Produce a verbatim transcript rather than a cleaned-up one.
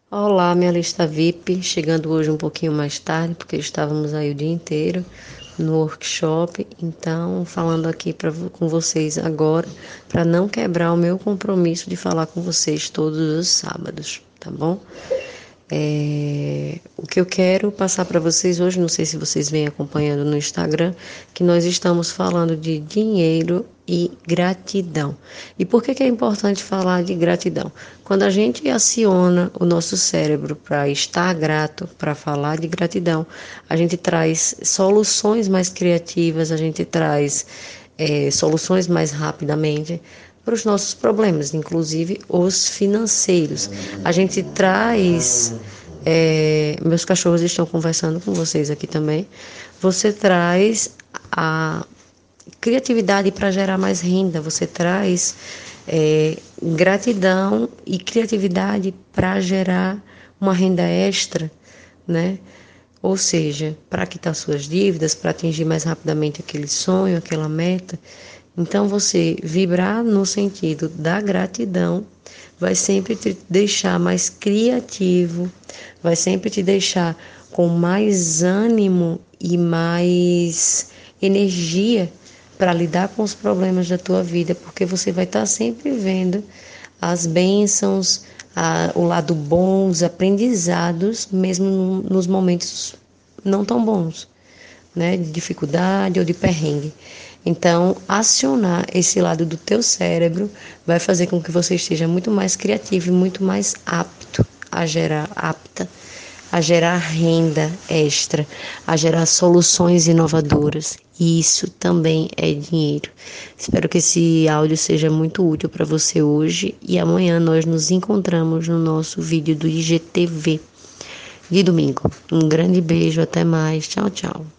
Olá, minha lista V I P, chegando hoje um pouquinho mais tarde, porque estávamos aí o dia inteiro no workshop, então falando aqui pra, com vocês agora, para não quebrar o meu compromisso de falar com vocês todos os sábados, tá bom? É, o que eu quero passar para vocês hoje, não sei se vocês vêm acompanhando no Instagram, que nós estamos falando de dinheiro e gratidão. E por que que é importante falar de gratidão? Quando a gente aciona o nosso cérebro para estar grato, para falar de gratidão, a gente traz soluções mais criativas, a gente traz é, soluções mais rapidamente para os nossos problemas, inclusive os financeiros. A gente traz. É, meus cachorros estão conversando com vocês aqui também. Você traz a criatividade para gerar mais renda, você traz é, gratidão e criatividade para gerar uma renda extra, né? Ou seja, para quitar suas dívidas, para atingir mais rapidamente aquele sonho, aquela meta. Então, você vibrar no sentido da gratidão vai sempre te deixar mais criativo, vai sempre te deixar com mais ânimo e mais energia para lidar com os problemas da tua vida, porque você vai estar sempre vendo as bênçãos, a, o lado bom, os aprendizados, mesmo no, nos momentos não tão bons, né, de dificuldade ou de perrengue. Então, acionar esse lado do teu cérebro vai fazer com que você esteja muito mais criativo e muito mais apto a gerar, apta a gerar renda extra, a gerar soluções inovadoras. E isso também é dinheiro. Espero que esse áudio seja muito útil para você hoje e amanhã nós nos encontramos no nosso vídeo do I G T V de domingo. Um grande beijo, até mais. Tchau, tchau.